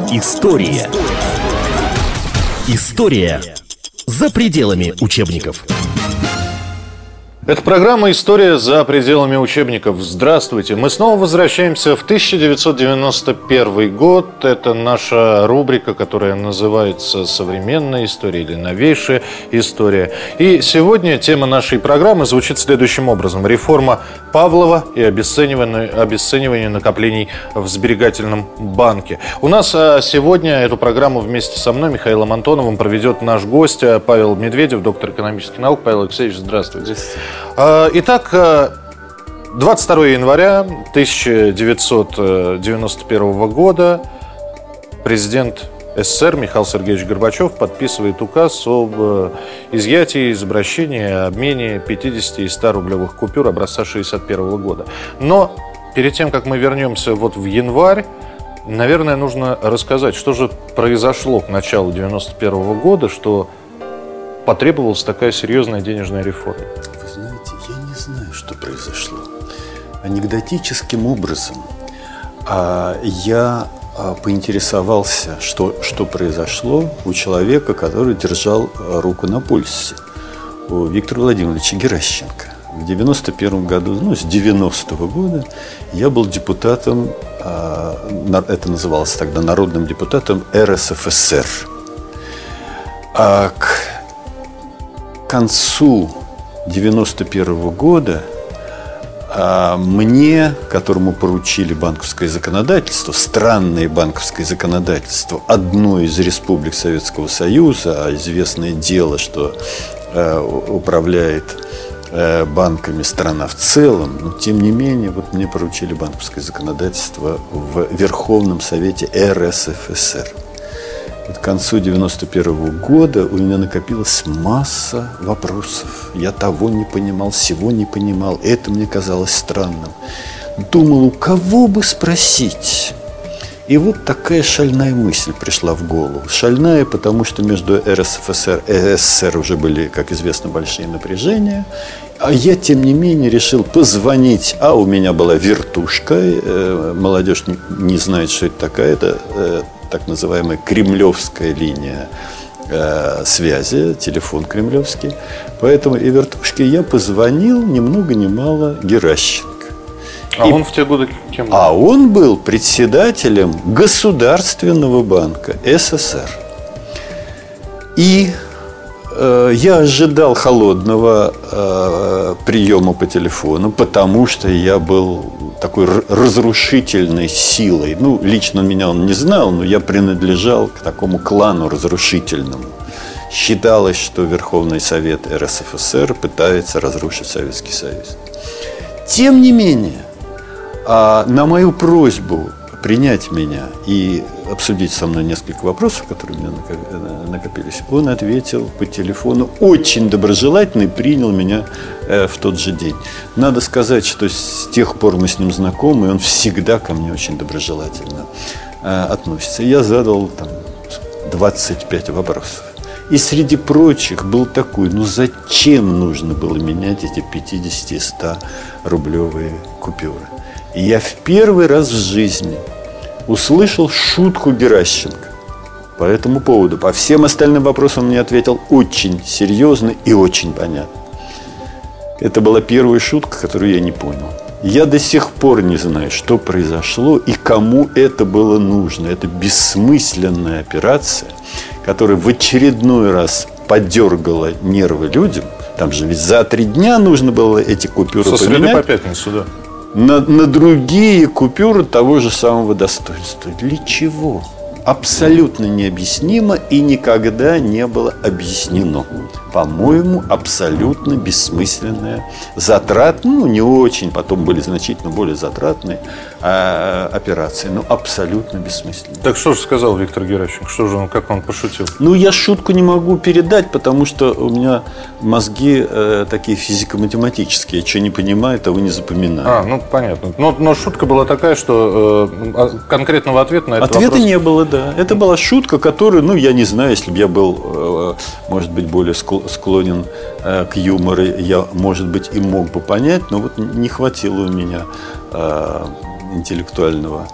История. История за пределами учебников. Это программа «История за пределами учебников». Здравствуйте. Мы снова возвращаемся в 1991 год. Это наша рубрика, которая называется «Современная история» или «Новейшая история». И сегодня тема нашей программы звучит следующим образом. Реформа Павлова и обесценивание накоплений в сберегательном банке. У нас сегодня эту программу вместе со мной, Михаилом Антоновым, проведет наш гость Павел Медведев, доктор экономических наук. Павел Алексеевич, здравствуйте. Итак, 22 января 1991 года президент СССР Михаил Сергеевич Горбачев подписывает указ об изъятии из обращения, обмене 50 и 100 рублевых купюр образца 1961 года. Но перед тем, как мы вернемся вот в январь, наверное, нужно рассказать, что же произошло к началу 1991 года, что потребовалась такая серьезная денежная реформа. Вы знаете, я не знаю, что произошло. Анекдотическим образом я поинтересовался, что произошло у человека, который держал руку на пульсе, у Виктора Владимировича Геращенко. В 1991 году, с 90-го года, я был депутатом, это называлось тогда народным депутатом РСФСР. А к концу 1991 года мне, которому поручили банковское законодательство, странное банковское законодательство одной из республик Советского Союза, а известное дело, что управляет банками страна в целом, но тем не менее, вот мне поручили банковское законодательство в Верховном Совете РСФСР. К концу 1991 года у меня накопилась масса вопросов. Я того не понимал, сего не понимал. Это мне казалось странным. Думал, у кого бы спросить? И вот такая шальная мысль пришла в голову. Шальная, потому что между РСФСР и СССР уже были, как известно, большие напряжения. А я, тем не менее, решил позвонить. А у меня была вертушка. Молодежь не знает, что это такая. Это так называемая кремлевская линия связи, телефон кремлевский. Поэтому и вертушке я позвонил ни много ни мало Геращенко. Он в те годы кем был? А он был председателем Государственного банка СССР. И я ожидал холодного приема по телефону, потому что я был такой разрушительной силой. Лично меня он не знал, но я принадлежал к такому клану разрушительному. Считалось, что Верховный Совет РСФСР пытается разрушить Советский Союз. Тем не менее, на мою просьбу принять меня и обсудить со мной несколько вопросов, которые у меня накопились, он ответил по телефону очень доброжелательно и принял меня в тот же день. Надо сказать, что с тех пор мы с ним знакомы, и он всегда ко мне очень доброжелательно относится. Я задал 25 вопросов. И среди прочих был такой, зачем нужно было менять эти 50 и 100 рублевые купюры? И я в первый раз в жизни услышал шутку Геращенко по этому поводу. По всем остальным вопросам он мне ответил очень серьезно и очень понятно. Это была первая шутка, которую я не понял. Я до сих пор не знаю, что произошло и кому это было нужно. Это бессмысленная операция, которая в очередной раз подергала нервы людям. Там же ведь за 3 дня нужно было эти купюры поменять. Со среды по пятницу, да. На другие купюры того же самого достоинства. Для чего? Абсолютно необъяснимо и никогда не было объяснено. По-моему, абсолютно бессмысленная, затратная, не очень, потом были значительно более затратные операции, но абсолютно бессмысленные. Так что же сказал Виктор Геращенко? Как он пошутил? Я шутку не могу передать, потому что у меня мозги такие физико-математические. Я что не понимаю, того не запоминаю. Понятно. Но шутка была такая, что конкретного ответа на этот вопрос... Ответа не было, да. Это была шутка, которую, я не знаю, если бы я был, может быть, более склонен к юмору, я, может быть, и мог бы понять, но вот не хватило у меня интеллектуального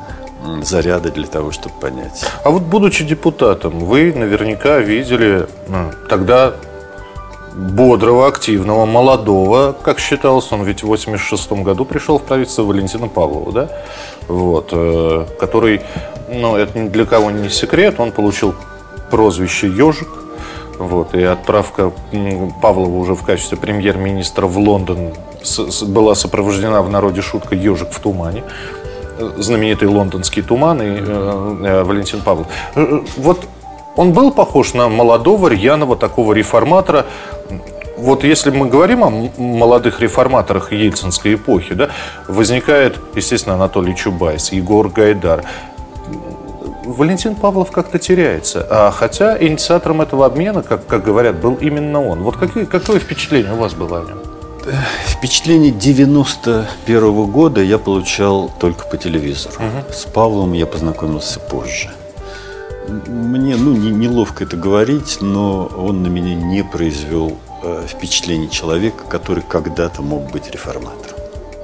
заряда для того, чтобы понять. А вот будучи депутатом, вы наверняка видели тогда бодрого, активного, молодого, как считалось, он ведь в 1986 году пришел в правительство, Валентина Павлова, да? Вот, который, это ни для кого не секрет, он получил прозвище «Ежик». Вот, и отправка Павлова уже в качестве премьер-министра в Лондон была сопровождена в народе шуткой «Ежик в тумане». Знаменитый лондонский туман и Валентин Павлов. Вот он был похож на молодого, рьяного такого реформатора. Вот если мы говорим о молодых реформаторах ельцинской эпохи, да, возникает, естественно, Анатолий Чубайс, Егор Гайдар. Валентин Павлов как-то теряется. Хотя инициатором этого обмена, как говорят, был именно он. Вот какое впечатление у вас было о нем? Впечатление 91 года я получал только по телевизору. С Павлом я познакомился позже. Мне неловко это говорить, но он на меня не произвел впечатление человека, который когда-то мог быть реформатором.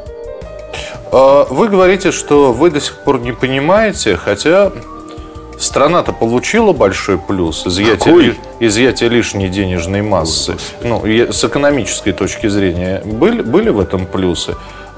Вы говорите, что вы до сих пор не понимаете, хотя страна-то получила большой плюс, изъятие лишней денежной массы. С экономической точки зрения были в этом плюсы?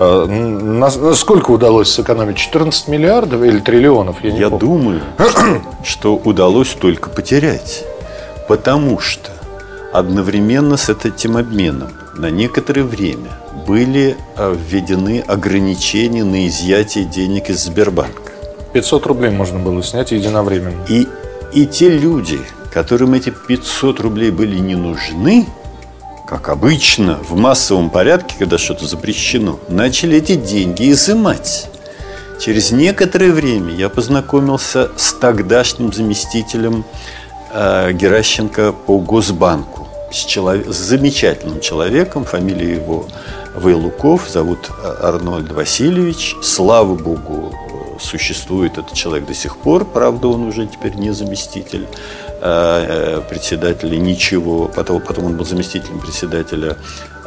Сколько удалось сэкономить? 14 миллиардов или триллионов? Я думаю, что удалось только потерять. Потому что одновременно с этим обменом на некоторое время были введены ограничения на изъятие денег из Сбербанка. 500 рублей можно было снять единовременно. И те люди, которым эти 500 рублей были не нужны, как обычно, в массовом порядке, когда что-то запрещено, начали эти деньги изымать. Через некоторое время я познакомился с тогдашним заместителем Геращенко по Госбанку, с замечательным человеком, фамилия его Вайлуков, зовут Арнольд Васильевич. Слава Богу, существует этот человек до сих пор, правда, он уже теперь не заместитель председателя, ничего. Потом он был заместителем председателя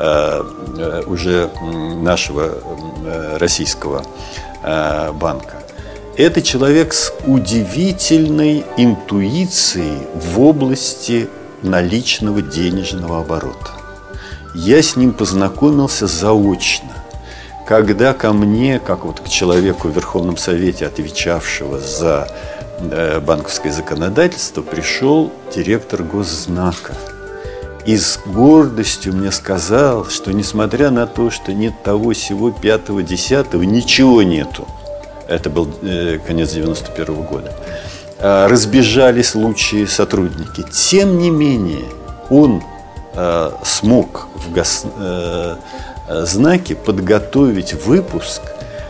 уже нашего российского банка. Это человек с удивительной интуицией в области наличного денежного оборота. Я с ним познакомился заочно, когда ко мне, как вот к человеку в Верховном Совете, отвечавшего за банковское законодательство, пришел директор Госзнака и с гордостью мне сказал, что несмотря на то, что нет того, сего, пятого, десятого, ничего нету. Это был конец 91 года. Разбежались лучшие сотрудники. Тем не менее, он смог в Госзнаке подготовить выпуск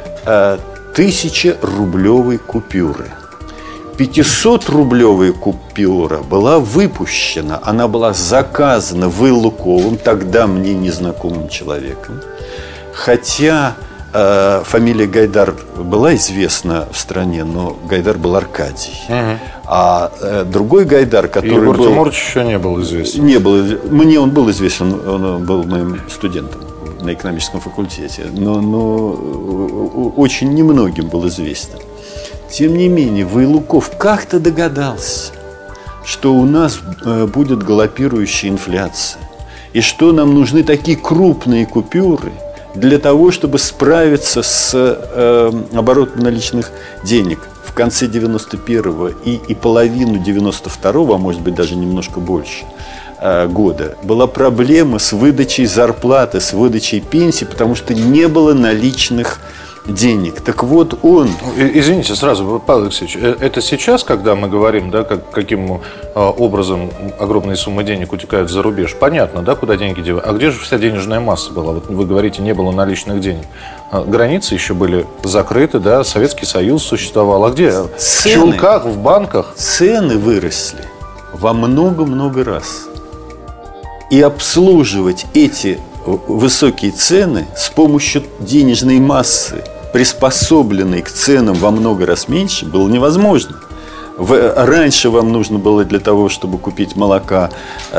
1000-рублевой купюры. 500-рублевая купюра была выпущена, она была заказана Вайлуковым, тогда мне незнакомым человеком. Хотя фамилия Гайдар была известна в стране, но Гайдар был Аркадий. А другой Гайдар, который Егор Тимурович еще не был известен. Не был. Мне он был известен, он был моим студентом на экономическом факультете, но очень немногим был известен. Тем не менее, Вайлуков как-то догадался, что у нас будет галопирующая инфляция, и что нам нужны такие крупные купюры для того, чтобы справиться с оборотом наличных денег в конце 91-го и половину 92-го, а может быть даже немножко больше года, была проблема с выдачей зарплаты, с выдачей пенсии, потому что не было наличных денег. Так вот он... Извините, сразу, Павел Алексеевич, это сейчас, когда мы говорим, да, каким образом огромные суммы денег утекают за рубеж, понятно, да, куда деньги девают. А где же вся денежная масса была? Вот вы говорите, не было наличных денег. Границы еще были закрыты, да, Советский Союз существовал. А где? В чулках, в банках? Цены выросли во много-много раз. И обслуживать эти высокие цены с помощью денежной массы, приспособленной к ценам во много раз меньше, было невозможно. Раньше вам нужно было для того, чтобы купить молока,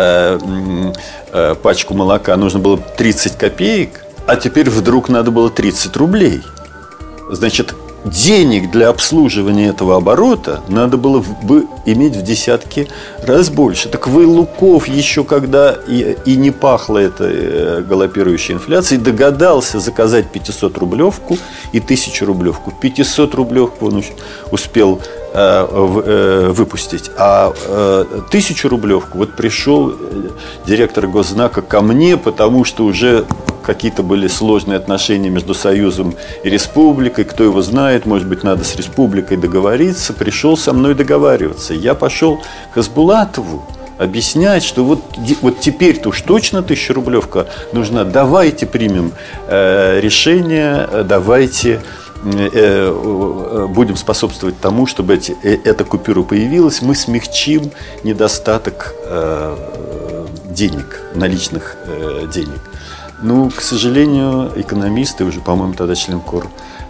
пачку молока, нужно было 30 копеек, а теперь вдруг надо было 30 рублей. Значит, денег для обслуживания этого оборота надо было бы иметь в десятки раз больше. Так Вайлуков еще когда и не пахло этой галопирующей инфляцией, догадался заказать 500-рублевку и 1000-рублевку. 500-рублевку он успел выпустить. А 1000-рублевку вот пришел директор Госзнака ко мне, потому что уже какие-то были сложные отношения между Союзом и Республикой. Кто его знает, может быть, надо с Республикой договориться. Пришел со мной договариваться. Я пошел к Хасбулатову объяснять, что вот теперь-то уж точно 1000-рублевка нужна. Давайте примем решение, давайте будем способствовать тому, чтобы эта купюра появилась. Мы смягчим недостаток денег, наличных денег. Ну, к сожалению, экономисты, уже, по-моему, тогда член КОР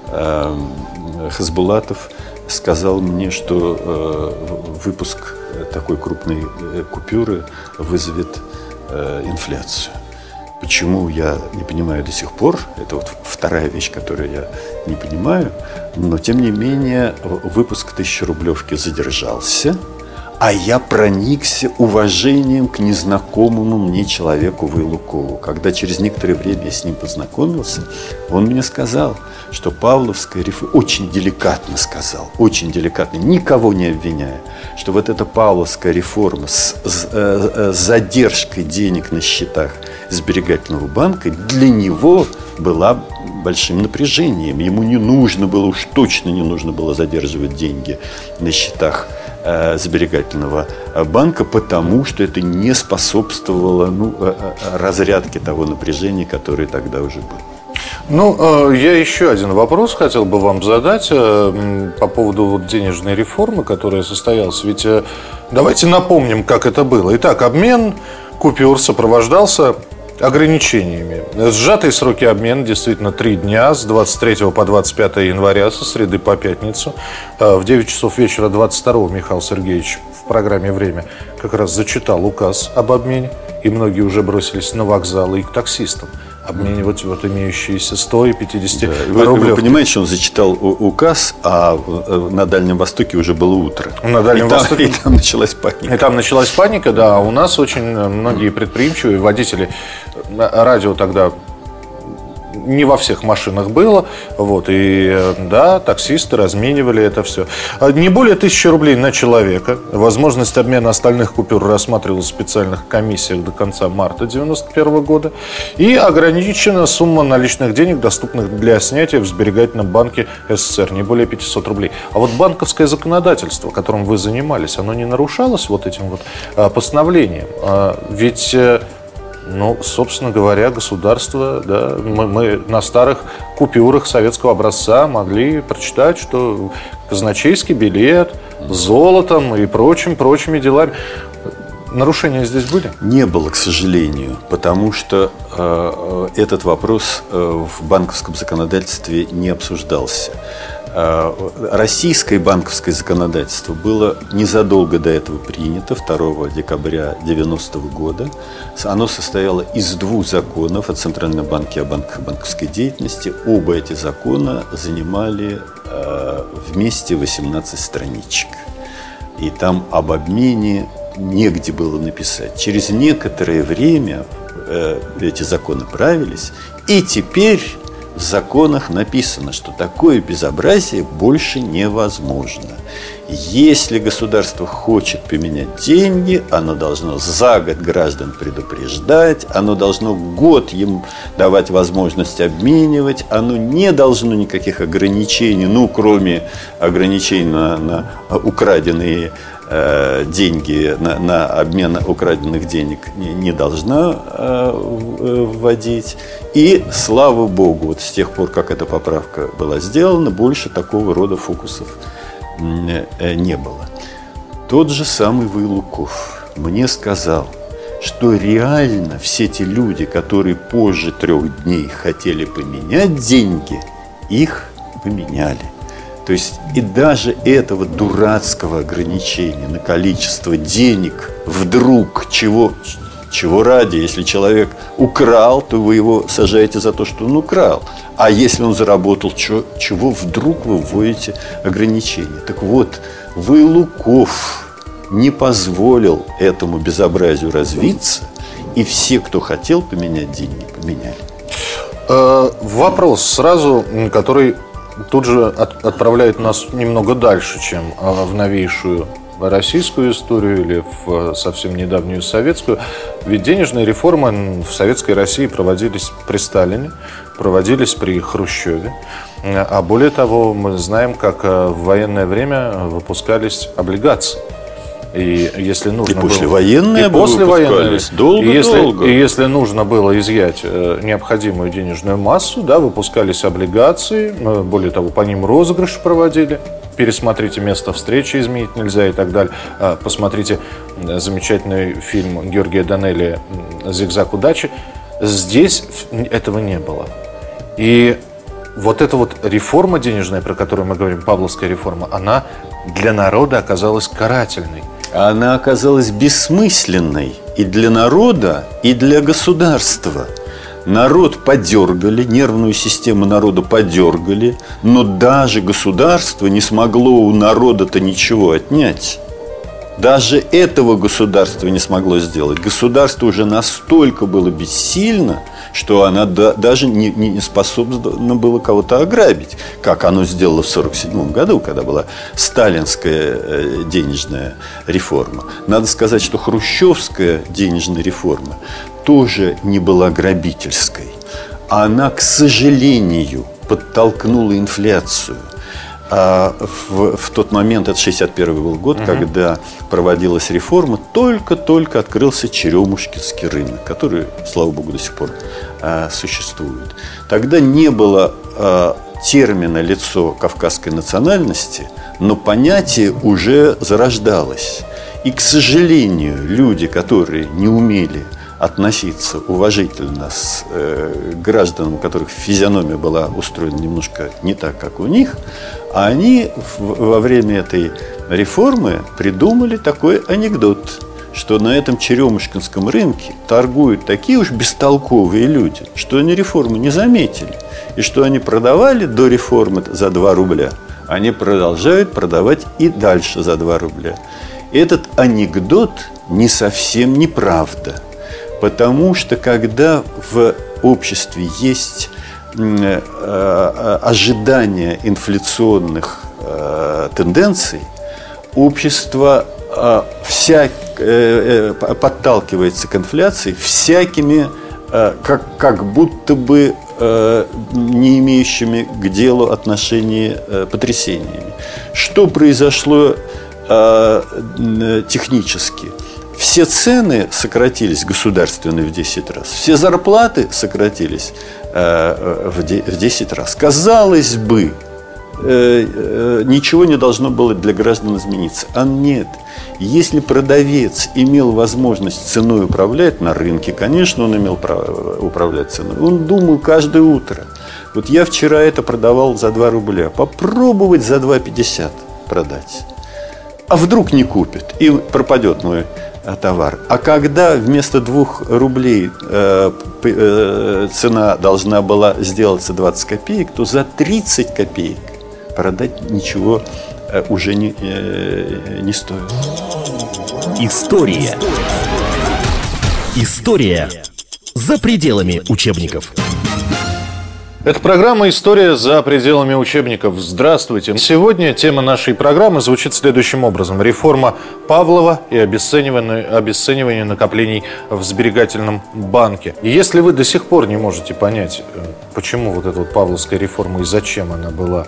Хасбулатов сказал мне, что выпуск такой крупной купюры вызовет инфляцию. Почему, я не понимаю до сих пор. Это вот вторая вещь, которую я не понимаю. Но, тем не менее, выпуск 1000-рублевки задержался. А я проникся уважением к незнакомому мне человеку Вайлукову. Когда через некоторое время я с ним познакомился, он мне сказал, что Павловская реформа, очень деликатно сказал, очень деликатно, никого не обвиняя, что вот эта Павловская реформа с задержкой денег на счетах сберегательного банка для него была большим напряжением. Ему не нужно было, уж точно не нужно было задерживать деньги на счетах сберегательного банка, потому что это не способствовало разрядке того напряжения, которое тогда уже было. Ну, я еще один вопрос хотел бы вам задать по поводу денежной реформы, которая состоялась. Ведь давайте напомним, как это было. Итак, обмен купюр сопровождался ограничениями. Сжатые сроки обмена действительно 3 дня, с 23 по 25 января, со среды по пятницу. В 9 часов вечера 22-го Михаил Сергеевич в программе «Время» как раз зачитал указ об обмене, и многие уже бросились на вокзалы и к таксистам обменивать вот имеющиеся 100 и 50 рублей. Вы понимаете, что он зачитал указ, а на Дальнем Востоке уже было утро. На Дальнем Востоке. И там началась паника. И там началась паника, да. А у нас очень многие предприимчивые водители, радио тогда не во всех машинах было. Вот, и да, таксисты разменивали это все. Не более 1000 рублей на человека. Возможность обмена остальных купюр рассматривалась в специальных комиссиях до конца марта 1991 года. И ограничена сумма наличных денег, доступных для снятия в сберегательном банке СССР, не более 500 рублей. А вот банковское законодательство, которым вы занимались, оно не нарушалось вот этим вот постановлением? Ведь... Ну, собственно говоря, государство, да, мы на старых купюрах советского образца могли прочитать, что казначейский билет с золотом и прочими делами. Нарушения здесь были? Не было, к сожалению, потому что этот вопрос в банковском законодательстве не обсуждался. Российское банковское законодательство было незадолго до этого принято, 2 декабря 1990 года. Оно состояло из 2 законов о Центральном банке и о банках и банковской деятельности. Оба эти закона занимали вместе 18 страничек. И там об обмене негде было написать. Через некоторое время эти законы правились, и теперь в законах написано, что такое безобразие больше невозможно. Если государство хочет поменять деньги, оно должно за год граждан предупреждать, оно должно год им давать возможность обменивать, оно не должно никаких ограничений, кроме ограничений на украденные деньги, на обмен украденных денег не должна вводить. И, слава богу, вот с тех пор, как эта поправка была сделана, больше такого рода фокусов не было. Тот же самый Вайлуков мне сказал, что реально все те люди, которые позже 3 дней хотели поменять деньги, их поменяли. То есть и даже этого дурацкого ограничения на количество денег вдруг Чего ради? Если человек украл, то вы его сажаете за то, что он украл. А если он заработал, чего вдруг вы вводите ограничения? Так вот, Войлуков не позволил этому безобразию развиться, и все, кто хотел поменять деньги, поменяли. Вопрос сразу, который тут же отправляет нас немного дальше, чем в новейшую российскую историю или в совсем недавнюю советскую. Ведь денежные реформы в советской России проводились при Сталине, проводились при Хрущеве. А более того, мы знаем, как в военное время выпускались облигации. И если нужно и послевоенные выпускались долго-долго. И если нужно было изъять необходимую денежную массу, да, выпускались облигации, более того, по ним розыгрыш проводили. Пересмотрите «Место встречи», изменить нельзя и так далее. Посмотрите замечательный фильм Георгия Данелия «Зигзаг удачи». Здесь этого не было. И вот эта вот реформа денежная, про которую мы говорим, Павловская реформа, она для народа оказалась карательной. Она оказалась бессмысленной и для народа, и для государства. Народ подергали, нервную систему народа подергали, но даже государство не смогло у народа-то ничего отнять. Даже этого государство не смогло сделать. Государство уже настолько было бессильно, что оно даже не способно было кого-то ограбить, как оно сделало в 1947 году, когда была сталинская денежная реформа. Надо сказать, что хрущевская денежная реформа тоже не была грабительской. Она, к сожалению, подтолкнула инфляцию. В тот момент, это 1961 был год, когда проводилась реформа, только-только открылся Черемушкинский рынок, который, слава богу, до сих пор существует. Тогда не было термина «лицо кавказской национальности», но понятие уже зарождалось. И, к сожалению, люди, которые не умели относиться уважительно с гражданам, у которых физиономия была устроена немножко не так, как у них, они во время этой реформы придумали такой анекдот, что на этом Черемушкинском рынке торгуют такие уж бестолковые люди, что они реформу не заметили. И что они продавали до реформы за 2 рубля, они продолжают продавать и дальше за 2 рубля. Этот анекдот не совсем неправда. Потому что когда в обществе есть ожидание инфляционных тенденций, общество подталкивается к инфляции всякими, как будто бы не имеющими к делу отношения потрясениями. Что произошло технически? Все цены сократились государственные в 10 раз. Все зарплаты сократились в 10 раз. Казалось бы, ничего не должно было для граждан измениться. А нет. Если продавец имел возможность ценой управлять на рынке, конечно, он имел право управлять ценой. Он думал каждое утро. Вот я вчера это продавал за 2 рубля. Попробовать за 2,50 продать. А вдруг не купит и пропадет мой товар. А когда вместо 2 рублей цена должна была сделаться 20 копеек, то за 30 копеек продать ничего уже не стоит. История. История за пределами учебников. Это программа «История за пределами учебников». Здравствуйте. Сегодня тема нашей программы звучит следующим образом. Реформа Павлова и обесценивание накоплений в сберегательном банке. И если вы до сих пор не можете понять, почему вот эта вот Павловская реформа и зачем она была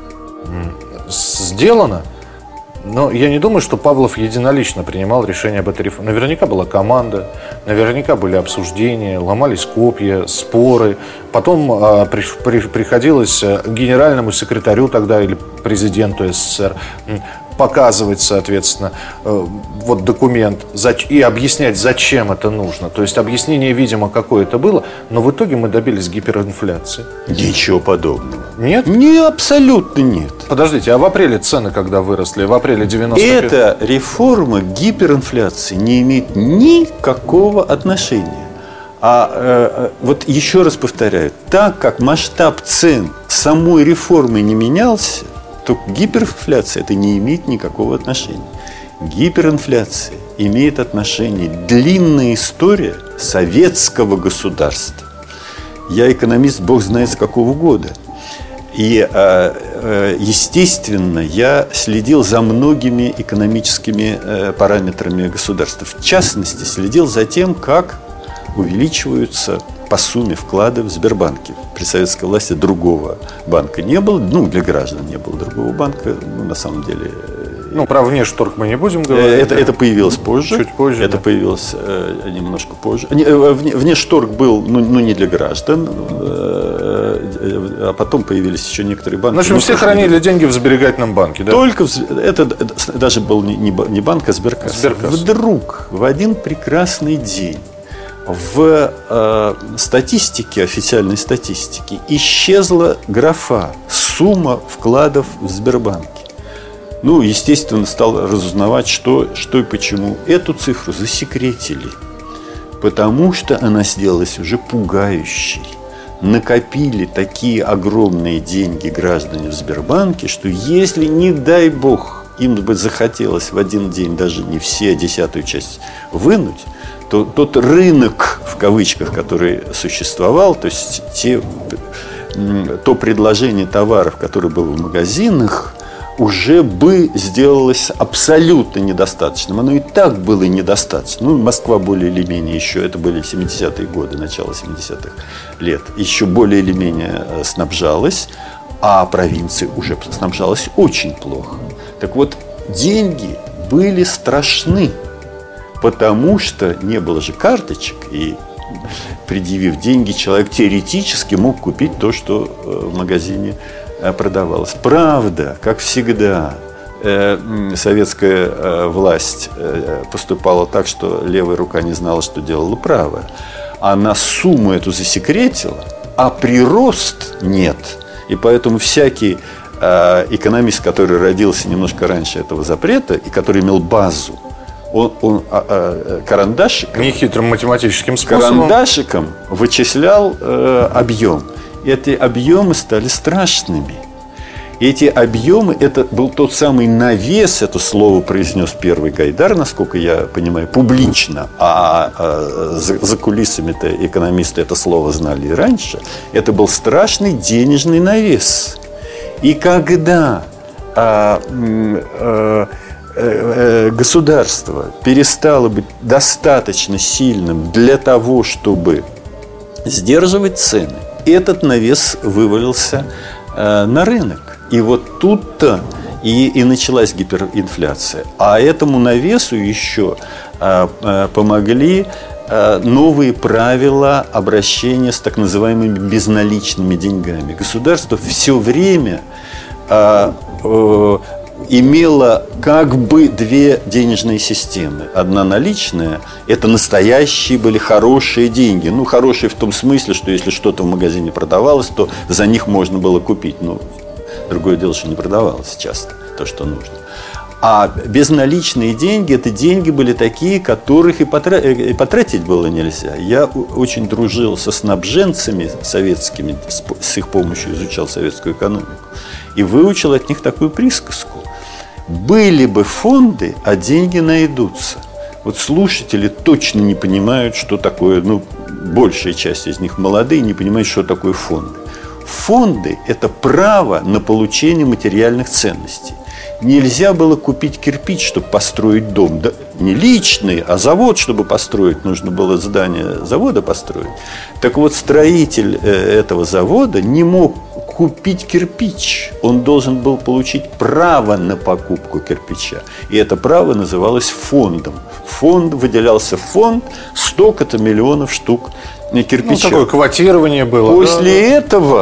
сделана, но я не думаю, что Павлов единолично принимал решение об этой реформе. Наверняка была команда, наверняка были обсуждения, ломались копья, споры. Потом приходилось генеральному секретарю тогда или президенту СССР показывать, соответственно, вот документ и объяснять, зачем это нужно. То есть объяснение, видимо, какое-то было, но в итоге мы добились гиперинфляции. Ничего подобного. Нет? Не, абсолютно нет. Подождите, а в апреле цены когда выросли? В апреле 95? Эта реформа к гиперинфляции не имеет никакого отношения. Вот еще раз повторяю, так как масштаб цен самой реформы не менялся, то к гиперинфляции это не имеет никакого отношения. К гиперинфляции имеет отношение длинная история советского государства. Я экономист, бог знает с какого года. И, естественно, я следил за многими экономическими параметрами государства. В частности, следил за тем, как увеличиваются по сумме вклады в Сбербанке. При советской власти другого банка не было. Для граждан не было другого банка. На самом деле... про внешторг мы не будем говорить. Это появилось позже. Чуть позже. Это появилось немножко позже. Внешторг был, не для граждан. А потом появились еще некоторые банки. В общем, все хранили деньги в сберегательном банке, да? Только это даже был не банк, а Сберкасса. Вдруг в один прекрасный день в статистике, официальной статистике, исчезла графа «Сумма вкладов в Сбербанке». Естественно, стал разузнавать, что и почему. Эту цифру засекретили, потому что она сделалась уже пугающей. Накопили такие огромные деньги граждане в Сбербанке, что если, не дай бог, им бы захотелось в один день даже не все, а 10-ую часть вынуть, то тот рынок, в кавычках, который существовал, то есть то предложение товаров, которое было в магазинах, уже бы сделалось абсолютно недостаточным. Оно и так было недостаточно. Москва более или менее еще, это были 70-е годы, начало 70-х лет, еще более или менее снабжалась, а провинция уже снабжалась очень плохо. Так вот, деньги были страшны, потому что не было же карточек, и предъявив деньги, человек теоретически мог купить то, что в магазине продавалось. Правда, как всегда, советская власть поступала так, что левая рука не знала, что делала правая. Она сумму эту засекретила, а прирост нет. И поэтому всякий экономист, который родился немножко раньше этого запрета и который имел базу, он карандашиком, нехитрым математическим способом, карандашиком вычислял объем. Эти объемы стали страшными. Эти объемы, это был тот самый навес, это слово произнес первый Гайдар, насколько я понимаю, публично, за кулисами-то экономисты это слово знали и раньше. Это был страшный денежный навес. И когда государство перестало быть достаточно сильным для того, чтобы сдерживать цены, этот навес вывалился на рынок. И вот тут-то и началась гиперинфляция. А этому навесу еще помогли новые правила обращения с так называемыми безналичными деньгами. Государство все время имела как бы две денежные системы. Одна наличная, это настоящие были хорошие деньги. Хорошие в том смысле, что если что-то в магазине продавалось, то за них можно было купить. Другое дело, что не продавалось часто то, что нужно. А безналичные деньги, это деньги были такие, которых и потратить было нельзя. Я очень дружил со снабженцами советскими, с их помощью изучал советскую экономику, и выучил от них такую присказку. Были бы фонды, а деньги найдутся. Вот слушатели точно не понимают, что такое, большая часть из них молодые, не понимают, что такое фонды. Фонды – это право на получение материальных ценностей. Нельзя было купить кирпич, чтобы построить дом. Да, не личный, а завод, чтобы построить. Нужно было здание завода построить. Так вот, строитель этого завода не мог купить кирпич. Он должен был получить право на покупку кирпича. И это право называлось фондом. Выделялся фонд, столько-то миллионов штук кирпича. Такое квотирование было. После этого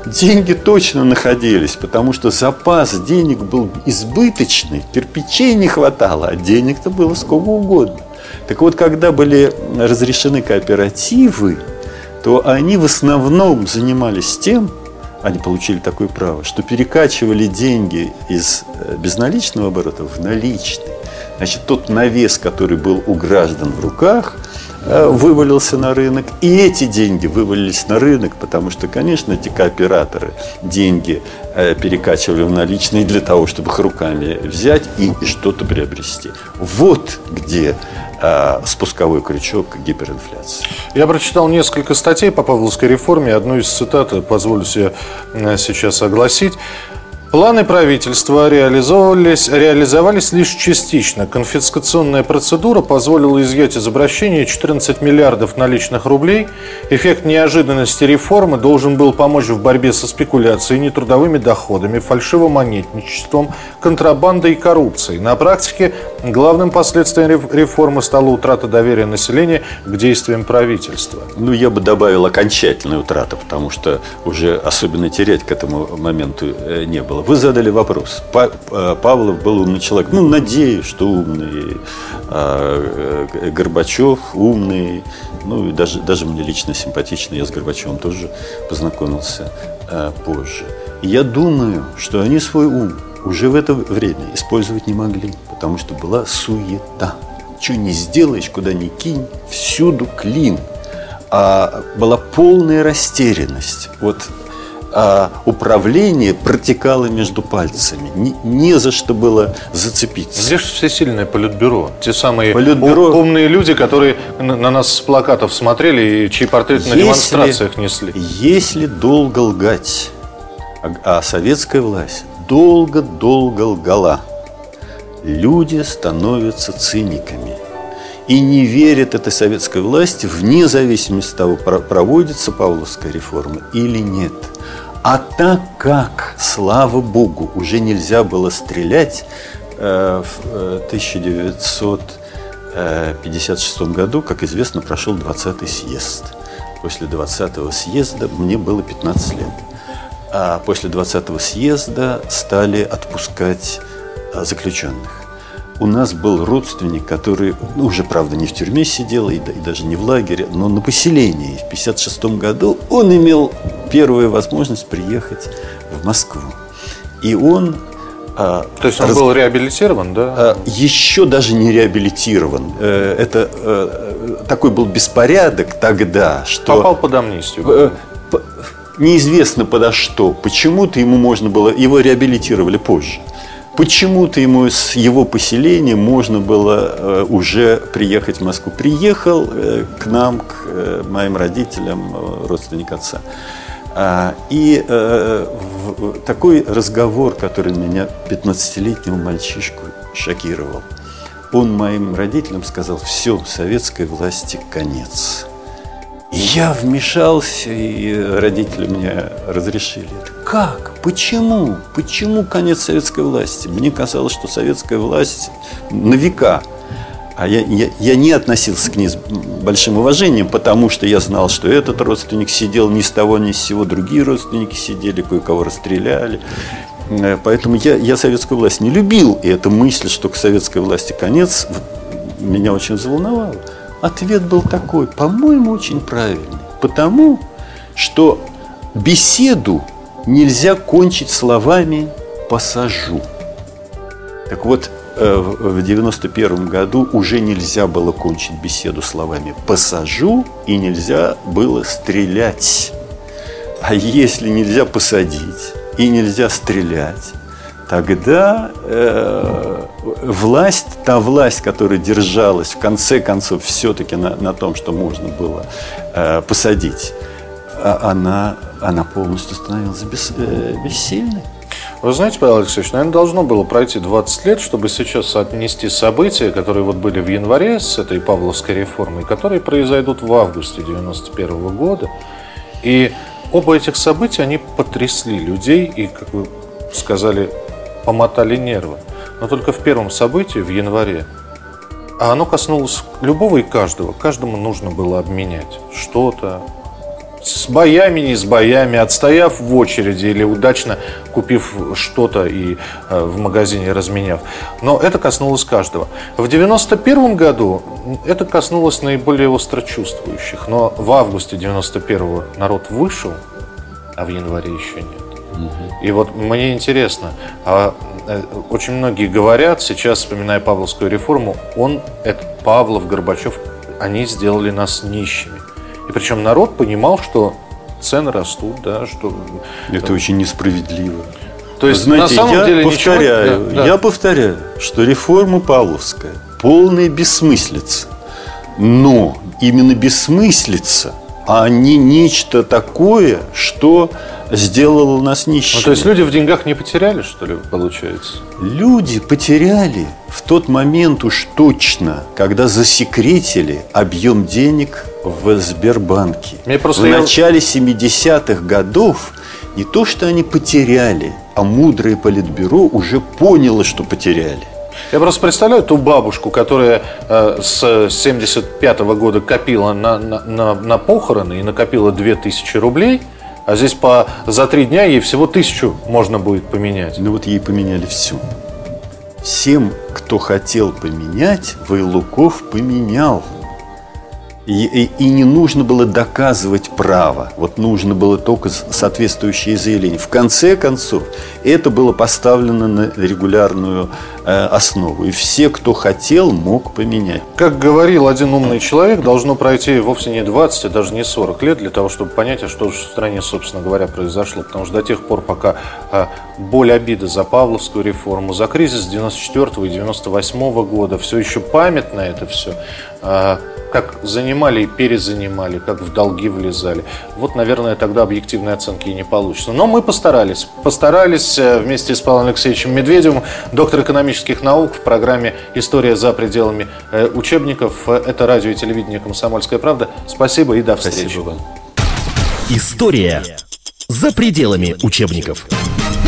деньги точно находились, потому что запас денег был избыточный, кирпичей не хватало, а денег-то было сколько угодно. Так вот, когда были разрешены кооперативы, то они в основном занимались тем, они получили такое право, что перекачивали деньги из безналичного оборота в наличный. Значит, тот навес, который был у граждан в руках, вывалился на рынок, и эти деньги вывалились на рынок, потому что, конечно, эти кооператоры деньги перекачивали в наличные для того, чтобы их руками взять и что-то приобрести. Вот где спусковой крючок гиперинфляции. Я прочитал несколько статей по Павловской реформе. Одну из цитат позволю себе сейчас огласить. Планы правительства реализовались лишь частично. Конфискационная процедура позволила изъять из обращения 14 миллиардов наличных рублей. Эффект неожиданности реформы должен был помочь в борьбе со спекуляцией, нетрудовыми доходами, фальшивомонетничеством, контрабандой и коррупцией. На практике главным последствием реформы стала утрата доверия населения к действиям правительства. Ну, я бы добавил окончательная утрата, потому что уже особенно терять к этому моменту не было. Вы задали вопрос. Павлов был умный человек. Ну, надеюсь, что умный. Горбачев умный. Ну, и даже мне лично симпатичный. Я с Горбачевым тоже познакомился позже. И я думаю, что они свой ум уже в это время использовать не могли, потому что была суета. Что не сделаешь, куда ни кинь, всюду клин. А была полная растерянность. Вот управление протекало между пальцами. Не за что было зацепиться. Здесь всесильное политбюро. Те самые умные люди, которые на нас с плакатов смотрели и чьи портреты на демонстрациях несли. Если долго лгать, а советская власть долго лгала, люди становятся циниками и не верят этой советской власти вне зависимости от того, проводится Павловская реформа или нет. А так как, слава Богу, уже нельзя было стрелять, в 1956 году, как известно, прошел 20-й съезд. После 20-го съезда мне было 15 лет. А после 20-го съезда стали отпускать заключенных. У нас был родственник, который, уже, правда, не в тюрьме сидел и даже не в лагере, но на поселении. В 1956 году он имел первую возможность приехать в Москву. И он... То есть он был реабилитирован, да? Еще даже не реабилитирован. Это такой был беспорядок тогда, что... Попал под амнистию. Неизвестно подо что. Почему-то ему можно было... Его реабилитировали позже. Почему-то ему с его поселения можно было уже приехать в Москву. Приехал к нам, к моим родителям, родственник отца. И такой разговор, который меня, 15-летнего мальчишку, шокировал. Он моим родителям сказал: все, советской власти конец. И я вмешался, и родители мне разрешили. Как? Почему? Почему конец советской власти? Мне казалось, что советская власть на века. А я не относился к ней с большим уважением, потому что я знал, что этот родственник сидел ни с того, ни с сего, другие родственники сидели, кое-кого расстреляли. Поэтому я советскую власть не любил, и эта мысль, что к советской власти конец, меня очень взволновала. Ответ был такой, по-моему, очень правильный. Потому что беседу нельзя кончить словами «посажу». Так вот, в 1991 году уже нельзя было кончить беседу словами «посажу» и нельзя было стрелять. А если нельзя посадить и нельзя стрелять, тогда та власть, которая держалась в конце концов все-таки на том, что можно было посадить, она полностью становилась бессильной. Вы знаете, Павел Алексеевич, наверное, должно было пройти 20 лет, чтобы сейчас отнести события, которые вот были в январе с этой Павловской реформой, которые произойдут в августе 1991 года. И оба этих события, они потрясли людей и, как вы сказали, помотали нервы. Но только в первом событии, в январе, а оно коснулось любого и каждого. Каждому нужно было обменять что-то, с боями, не с боями, отстояв в очереди или удачно купив что-то и в магазине разменяв. Но это коснулось каждого. В 91 году это коснулось наиболее острочувствующих. Но в августе 91-го народ вышел, а в январе еще нет. И вот мне интересно, очень многие говорят, сейчас, вспоминая Павловскую реформу, Павлов, Горбачев, они сделали нас нищими. И причем народ понимал, что цены растут, да, что... Это очень несправедливо. То есть, знаете, на самом деле я повторяю, что реформа Павловская полная бессмыслица. Но именно бессмыслица, а не нечто такое, что сделало нас нищими. То есть люди в деньгах не потеряли, что ли, получается? Люди потеряли в тот момент уж точно, когда засекретили объем денег в Сбербанке. В начале 70-х годов не то, что они потеряли, а мудрое политбюро уже поняло, что потеряли. Я просто представляю ту бабушку, которая с 75-го года копила на похороны и накопила 2000 рублей, а здесь за 3 дня ей всего 1000 можно будет поменять. Ну вот ей поменяли все. Всем, кто хотел поменять, Войлуков поменял. И не нужно было доказывать право. Вот нужно было только соответствующее заявление. В конце концов, это было поставлено на регулярную основу. И все, кто хотел, мог поменять. Как говорил один умный человек, должно пройти вовсе не 20, а даже не 40 лет для того, чтобы понять, а что же в стране, собственно говоря, произошло. Потому что до тех пор, пока боль обиды за Павловскую реформу, за кризис 94 и 98 года, все еще памятно это все, как занимали и перезанимали, как в долги влезали. Вот, наверное, тогда объективной оценки и не получится. Но мы постарались. Постарались вместе с Павлом Алексеевичем Медведевым, доктор экономических наук, в программе «История за пределами учебников». Это радио и телевидение «Комсомольская правда». Спасибо и до встречи. Спасибо вам. История за пределами учебников.